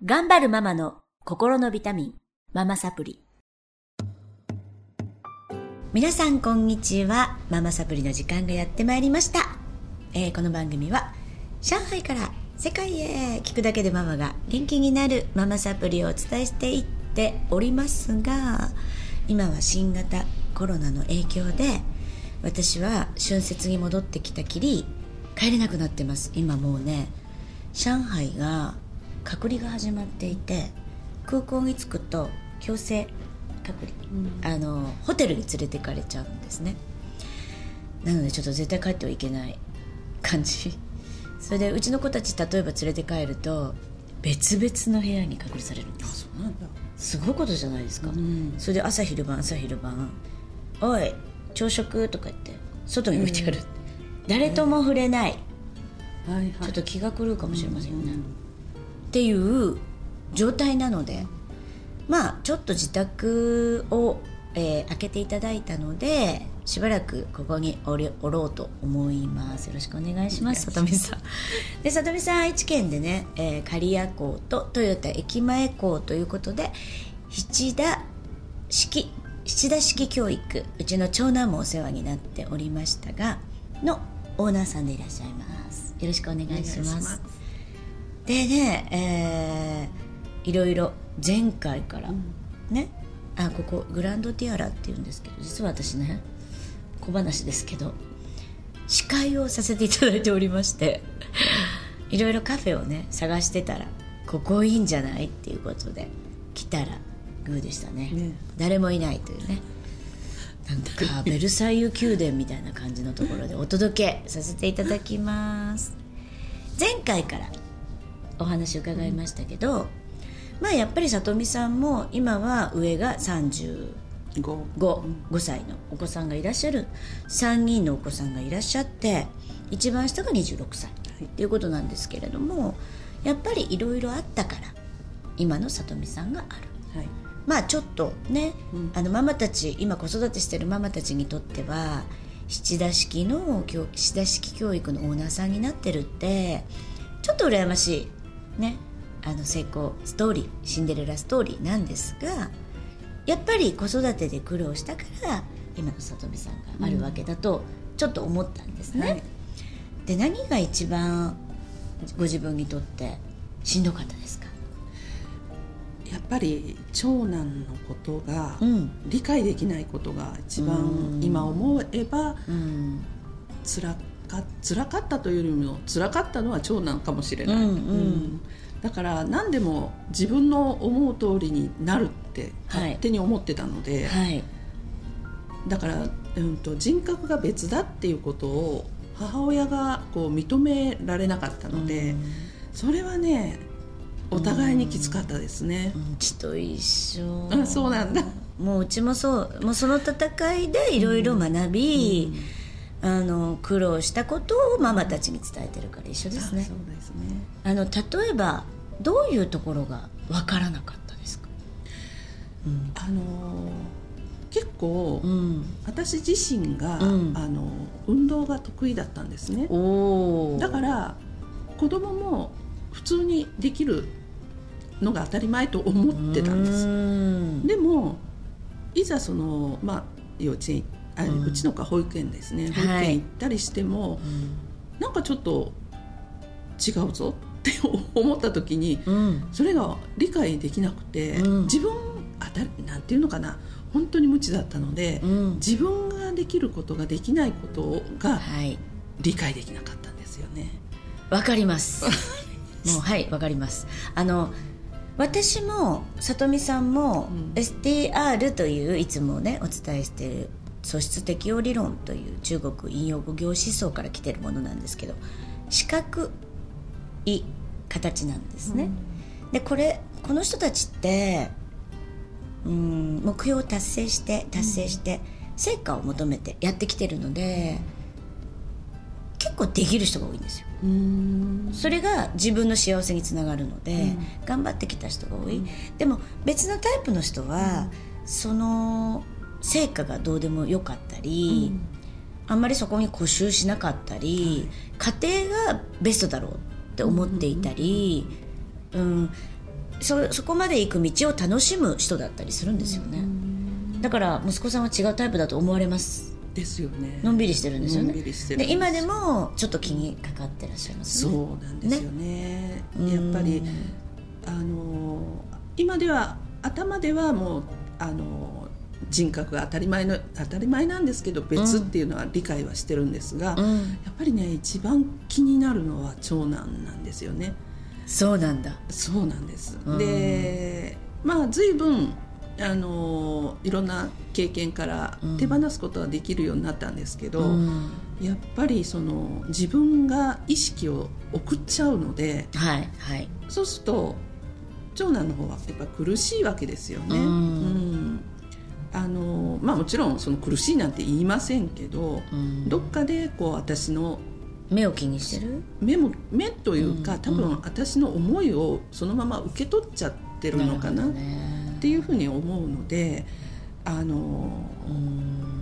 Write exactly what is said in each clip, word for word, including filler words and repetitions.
頑張るママの心のビタミン、ママサプリ。皆さんこんにちは。ママサプリの時間がやってまいりました。えー、この番組は上海から世界へ聞くだけでママが元気になるママサプリをお伝えしていっておりますが、今は新型コロナの影響で私は春節に戻ってきたきり帰れなくなってます。今もうね、上海が隔離が始まっていて、空港に着くと強制隔離、うん、あのホテルに連れてかれちゃうんですね。なのでちょっと絶対帰ってはいけない感じ。それでうちの子たち例えば連れて帰ると別々の部屋に隔離されるんです。あ、そうなんだ。すごいことじゃないですか、うん、それで朝昼晩朝昼晩おい朝食とか言って外に置いてある、えー、誰とも触れない、えーはいはい、ちょっと気が狂うかもしれませんよね、うんうん、っていう状態なので、まあちょっと自宅を、えー、開けていただいたのでしばらくここにおりおろうと思います。よろしくお願いします。さとみさんで、さとみさん愛知県でね、えー、刈谷港と豊田駅前港ということで七田式七田式教育、うちの長男もお世話になっておりましたがのオーナーさんでいらっしゃいます。よろしくお願いします。お願いします。でね、えー、いろいろ前回から、うん、ね、あ、ここグランドティアラっていうんですけど、実は私ね、小話ですけど司会をさせていただいておりましていろいろカフェをね探してたらここいいんじゃないっていうことで来たらグーでした ね, ね誰もいないというね、なんかベルサイユ宮殿みたいな感じのところでお届けさせていただきます。前回からお話伺いましたけど、うん、まあやっぱりさとみさんも今は上がさんじゅうごさいのお子さんがいらっしゃる、さんにんのお子さんがいらっしゃって、一番下がにじゅうろくさいということなんですけれども、やっぱりいろいろあったから今のさとみさんがある、はい、まあちょっとね、うん、あのママたち、今子育てしてるママたちにとっては七田式の七田式教育のオーナーさんになってるってちょっと羨ましいね、あの成功ストーリー、シンデレラストーリーなんですが、やっぱり子育てで苦労したから今のさとみさんがあるわけだとちょっと思ったんですね、うんはい、で、何が一番ご自分にとってしんどかったですか？ やっぱり長男のことが理解できないことが一番今思えばつらか、辛かったというよりも辛かったのは長男かもしれない、うんうんうん、だから何でも自分の思う通りになるって勝手に思ってたので、はいはい、だから、うん、と人格が別だっていうことを母親がこう認められなかったので、うん、それはねお互いにきつかったですね。 うちと一緒。 あ、そうなんだ。 もううちもそう、もうその戦いでいろいろ学び、うんうん、あの苦労したことをママたちに伝えてるから一緒ですね。 そうですね。 あの例えばどういうところが分からなかったですか？ うん、あの結構、うん、私自身が、うん、あの運動が得意だったんですね。おだから子供も普通にできるのが当たり前と思ってたんです。でもいざその、まあ、幼稚園あ、うん、うちの子は保育園ですね、保育園行ったりしても、はい、なんかちょっと違うぞって思った時に、うん、それが理解できなくて、うん、自分当たりなんていうのかな、本当に無知だったので、うん、自分ができることができないことが理解できなかったんですよね。 わかりますもうはいわかります。あの私もさとみさんも、うん、エスティーアール といういつもねお伝えしている素質適応理論という中国引用語行思想から来ているものなんですけど、四角い形なんですね、うん、でこれこの人たちってうん目標を達成して達成して、うん、成果を求めてやってきてるので結構できる人が多いんですよ。うーんそれが自分の幸せにつながるので、うん、頑張ってきた人が多い、うん、でも別のタイプの人は、うん、その成果がどうでもよかったり、うん、あんまりそこに固執しなかったり、はい、家庭がベストだろうって思っていたり、うんうん、 そ, そこまで行く道を楽しむ人だったりするんですよね。だから息子さんは違うタイプだと思われますですよね。 のんびりしてるんですよね。 のんびりしてるんです。 で今でもちょっと気にかかってらっしゃいますね。 そうなんですよ ね, ねやっぱりあの今では頭ではもうあの人格が当たり前の当たり前なんですけど別っていうのは理解はしてるんですが、うん、やっぱりね一番気になるのは長男なんですよね。 そうなんだ。 そうなんです、うん、でまあ随分あのいろんな経験から手放すことはできるようになったんですけど、うん、やっぱりその自分が意識を送っちゃうので、 はいはい、 そうすると長男の方はやっぱ苦しいわけですよね。うん、うん、あのまあ、もちろんその苦しいなんて言いませんけど、うん、どっかでこう私の目を気にしてる目, も目というか、うん、多分私の思いをそのまま受け取っちゃってるのかなっていうふうに思うので、あの、うん、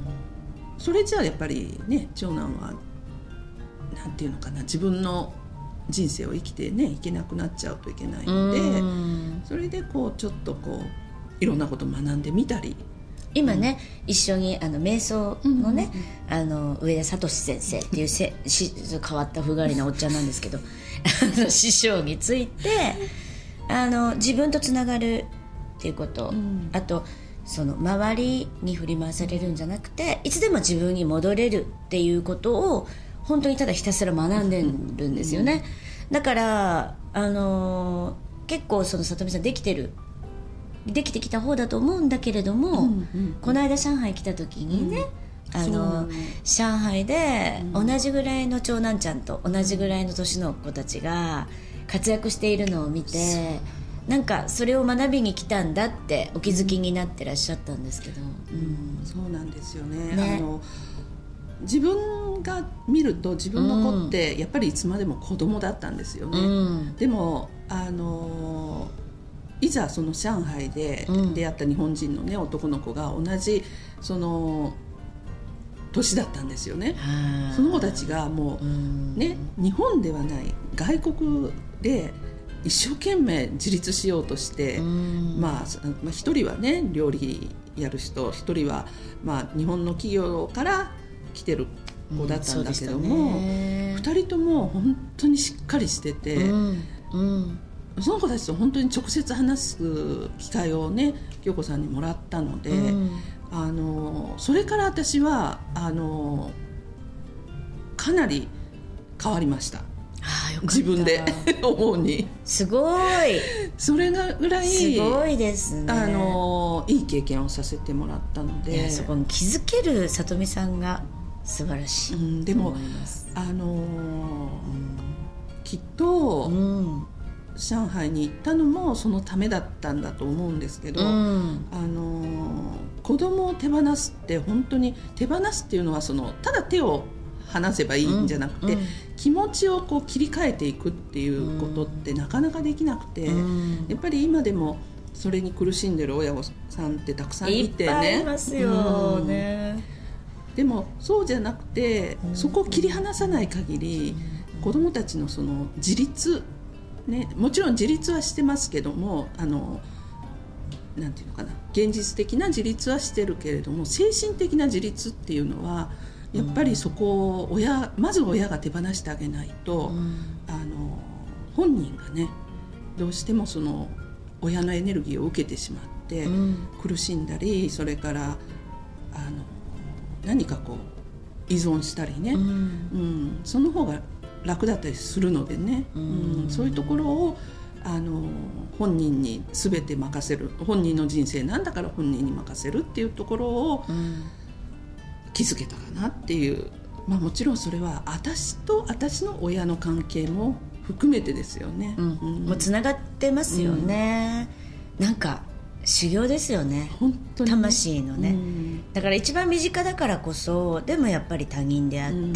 それじゃあやっぱりね長男はなんていうのかな、自分の人生を生きてねいけなくなっちゃうといけないので、うん、それでこうちょっとこういろんなことを学んでみたり、 今ね、うん、一緒にあの瞑想のね、うんうんうん、あの上田聡先生っていうせし変わったふがりなおっちゃんなんですけどあの師匠についてあの自分とつながるっていうこと、うん、あとその周りに振り回されるんじゃなくていつでも自分に戻れるっていうことを本当にただひたすら学んでるんですよね、うん、だからあの結構その里見さんできてるできてきた方だと思うんだけれども、うんうん、この間上海来た時にね、うん、あの上海で同じぐらいの長男ちゃんと同じぐらいの年の子たちが活躍しているのを見て、なんかそれを学びに来たんだってお気づきになってらっしゃったんですけど、 うんうん、そうなんですよ ね, ねあの自分が見ると自分の子ってやっぱりいつまでも子供だったんですよね、うん、でもあのいざその上海で出会った日本人の、ね、男の子が同じその年だったんですよね。その子たちがもう、ね、日本ではない外国で一生懸命自立しようとして、まあ、一人はね料理やる人、一人はまあ日本の企業から来てる子だったんだけども、二人とも本当にしっかりしてて、うんうんその子たちと本当に直接話す機会をね京子さんにもらったので、うん、あのそれから私はあのかなり変わりました。 あよかった自分で思うにすごいそれがぐらいすごいですね。 あのいい経験をさせてもらったので、 いやそこに気づける里見さんが素晴らしい、うん、 でもあの、うん、きっと、うん上海に行ったのもそのためだったんだと思うんですけど、うん、あの子供を手放すって本当に手放すっていうのはそのただ手を離せばいいんじゃなくて、うんうん、気持ちをこう切り替えていくっていうことってなかなかできなくて、うん、やっぱり今でもそれに苦しんでる親御さんってたくさんいてね、いっぱいいますよね、うん、でもそうじゃなくてそこを切り離さない限り子供たちのその自立ね、もちろん自立はしてますけどもあのなんていうのかな現実的な自立はしてるけれども精神的な自立っていうのはやっぱりそこを親まず親が手放してあげないと、うん、あの本人がねどうしてもその親のエネルギーを受けてしまって、うん、苦しんだりそれからあの何かこう依存したりね、うんうん、その方が楽だったりするのでね、うん、そういうところをあの本人に全て任せる、本人の人生なんだから本人に任せるっていうところを気づけたかなっていう、まあ、もちろんそれは私と私の親の関係も含めてですよね、うんうん、もうつながってますよね、うん、なんか修行ですよね本当に魂のね、うん、だから一番身近だからこそでもやっぱり他人であって、うん、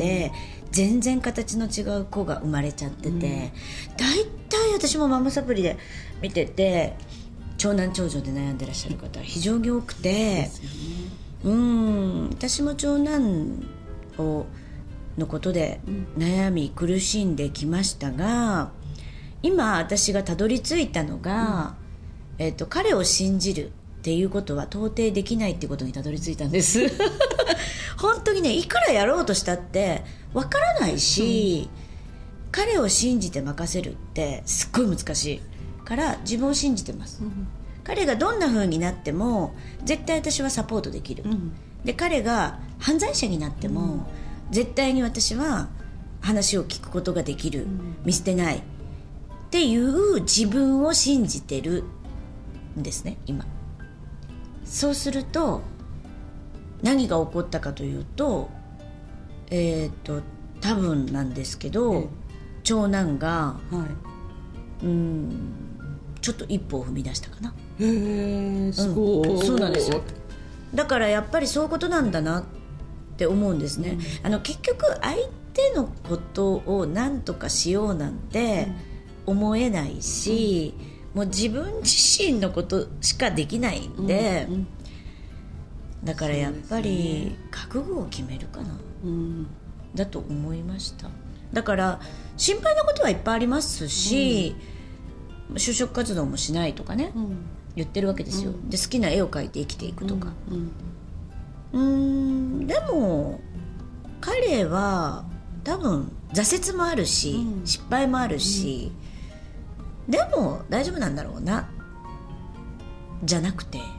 全然形の違う子が生まれちゃってて、うん、だいたい私もママサプリで見てて長男長女で悩んでらっしゃる方非常に多くてですよね、うん私も長男をのことで悩み苦しんできましたが今私がたどり着いたのが、 えーと、彼を信じるっていうことは到底できないっていうことにたどり着いたんです本当にね、いくらやろうとしたってわからないし、うん、彼を信じて任せるってすっごい難しいから自分を信じてます、うん、彼がどんな風になっても絶対私はサポートできる、うん、で彼が犯罪者になっても、うん、絶対に私は話を聞くことができる、うん、見捨てないっていう自分を信じてるんですね今。そうすると何が起こったかというと、えーと多分なんですけど、長男が、はい、うんちょっと一歩を踏み出したかな。 へー、すごい、 うん、そうなんですよ。だからやっぱりそういうことなんだなって思うんですね、うん、あの結局相手のことを何とかしようなんて思えないし、うん、もう自分自身のことしかできないんで、うんうん、だからやっぱり覚悟を決めるかな、うん、だと思いました。だから心配なことはいっぱいありますし、うん、就職活動もしないとかね、うん、言ってるわけですよ、うん、で好きな絵を描いて生きていくとか、うんうん、うーんでも彼は多分挫折もあるし、うん、失敗もあるし、うん、でも大丈夫なんだろうなじゃなくて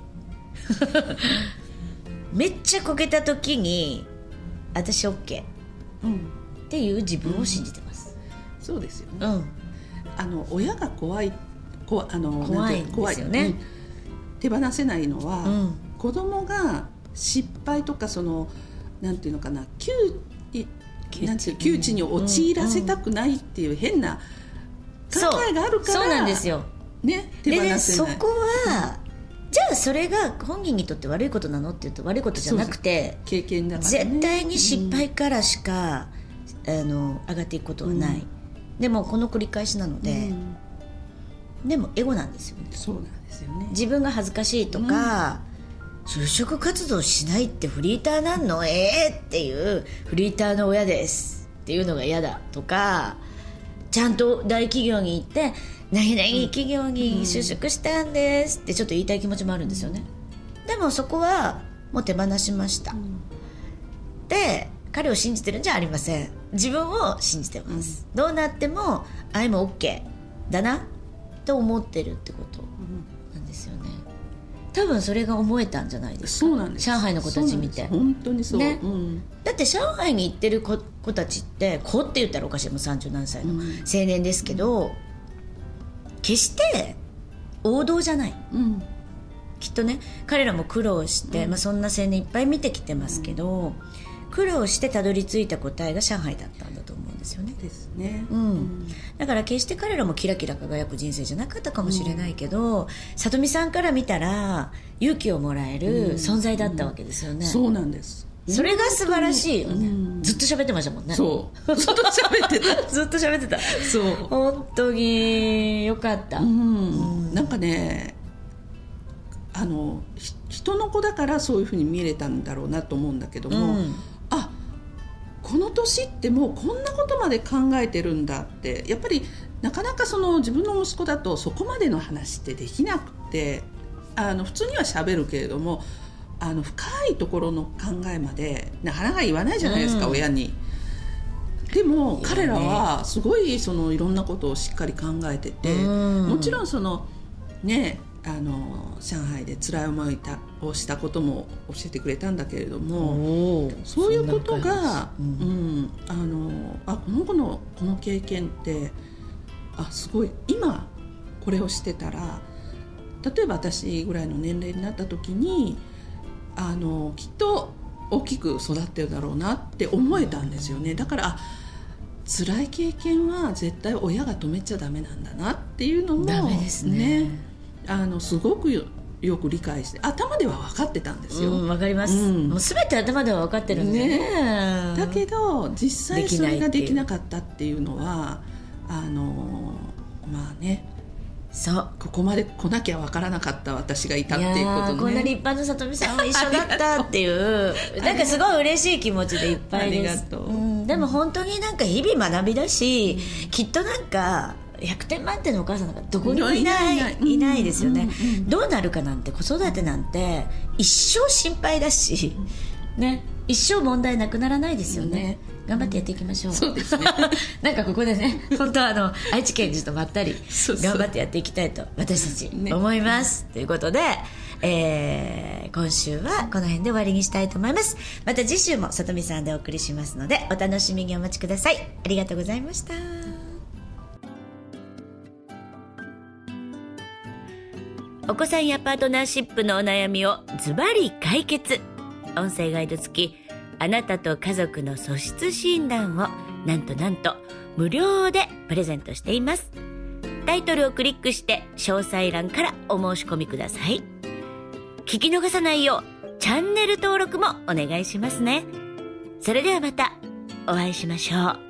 めっちゃこけた時に私 OK、うんっていう自分を信じてます、 うん、そうですよね、 うん、 あの親が怖いこあの怖いんですよね、うん、 手放せないのは、うん、子供が失敗とかそのなんていうのかな窮なんていう窮地に陥らせたくないっていう変な考えがあるから、 そう、そうなんですよ、 ね、手放せない。で、ね、 そこは、うん、じゃあそれが本人にとって悪いことなのって言うと悪いことじゃなくて、 経験だからね、 絶対に失敗からしか、うん、あの上がっていくことはない、うん、でもこの繰り返しなので、うん、でもエゴなんですよね。 そうなんですよね。 自分が恥ずかしいとか、うん、就職活動しないってフリーターなんのええー、っていうフリーターの親ですっていうのが嫌だとか、ちゃんと大企業に行って何々企業に就職したんですってちょっと言いたい気持ちもあるんですよね、うん、でもそこはもう手放しました、うん、で彼を信じてるんじゃありません。自分を信じてます、うん、どうなってもあいも OK だなと思ってるってことなんですよね。多分それが思えたんじゃないですか。 そうなんです。 上海の子たち見て本当にそう、ね、うん、 だって上海に行ってる 子, 子たちって子って言ったらおかしい、もうさんじゅうなんさいの青年ですけど、うん、決して王道じゃない、うん、きっとね彼らも苦労して、うんまあ、そんな青年いっぱい見てきてますけど、うん、苦労してたどり着いた答えが上海だったんだと思うんですよね。 ですね、 うんうん、だから決して彼らもキラキラ輝く人生じゃなかったかもしれないけど、さとみさんから見たら勇気をもらえる存在だったわけですよね、うんうん、 そうなんです。 それが素晴らしいよね、うん、ずっと喋ってましたもんね。 そうずっと喋ってたずっと喋ってた。 そう本当によかった、うんうん、なんかねあの人の子だからそういう風に見れたんだろうなと思うんだけども、うん、あこの年ってもうこんなことまで考えてるんだって。やっぱりなかなかその自分の息子だとそこまでの話ってできなくて、あの普通には喋るけれどもあの深いところの考えまでなかなか言わないじゃないですか、うん、親に。でも彼らはすごいそのいろんなことをしっかり考えてて、うん、もちろんそのねあの上海で辛い思いをしたことも教えてくれたんだけれども、そういうことが、うんうん、あのあこの子のこの経験ってあすごい今これをしてたら例えば私ぐらいの年齢になった時にあのきっと大きく育ってるだろうなって思えたんですよね。だからあ辛い経験は絶対親が止めちゃダメなんだなっていうのもダメですね、 ねあのすごく よ, よく理解して頭では分かってたんですよ、 うん、分かります、うん、もう全て頭では分かってるんですね。 ねだけど実際それができなかったっていうのはあのまあねそうここまで来なきゃ分からなかった私がいたっていうことね。 こんな立派な里見さんは一緒だったっていうなんかすごい嬉しい気持ちでいっぱいです。ありがとう、うん、でも本当になんか日々学びだし、うん、きっとなんかひゃくてん満点のお母さんなんかどこにもいない、いない、いないですよね、うんうん、どうなるかなんて、子育てなんて一生心配だし、ね、一生問題なくならないですよね、ね、頑張ってやっていきましょう。 そうですねなんかここでね、本当はあの愛知県人とまったり頑張ってやっていきたいと私たち思います、ね、ということで、えー、今週はこの辺で終わりにしたいと思います。また次週もさとみさんでお送りしますのでお楽しみにお待ちください。ありがとうございました。お子さんやパートナーシップのお悩みをズバリ解決、音声ガイド付きあなたと家族の素質診断をなんとなんと無料でプレゼントしています。タイトルをクリックして詳細欄からお申し込みください。聞き逃さないようチャンネル登録もお願いしますね。それではまたお会いしましょう。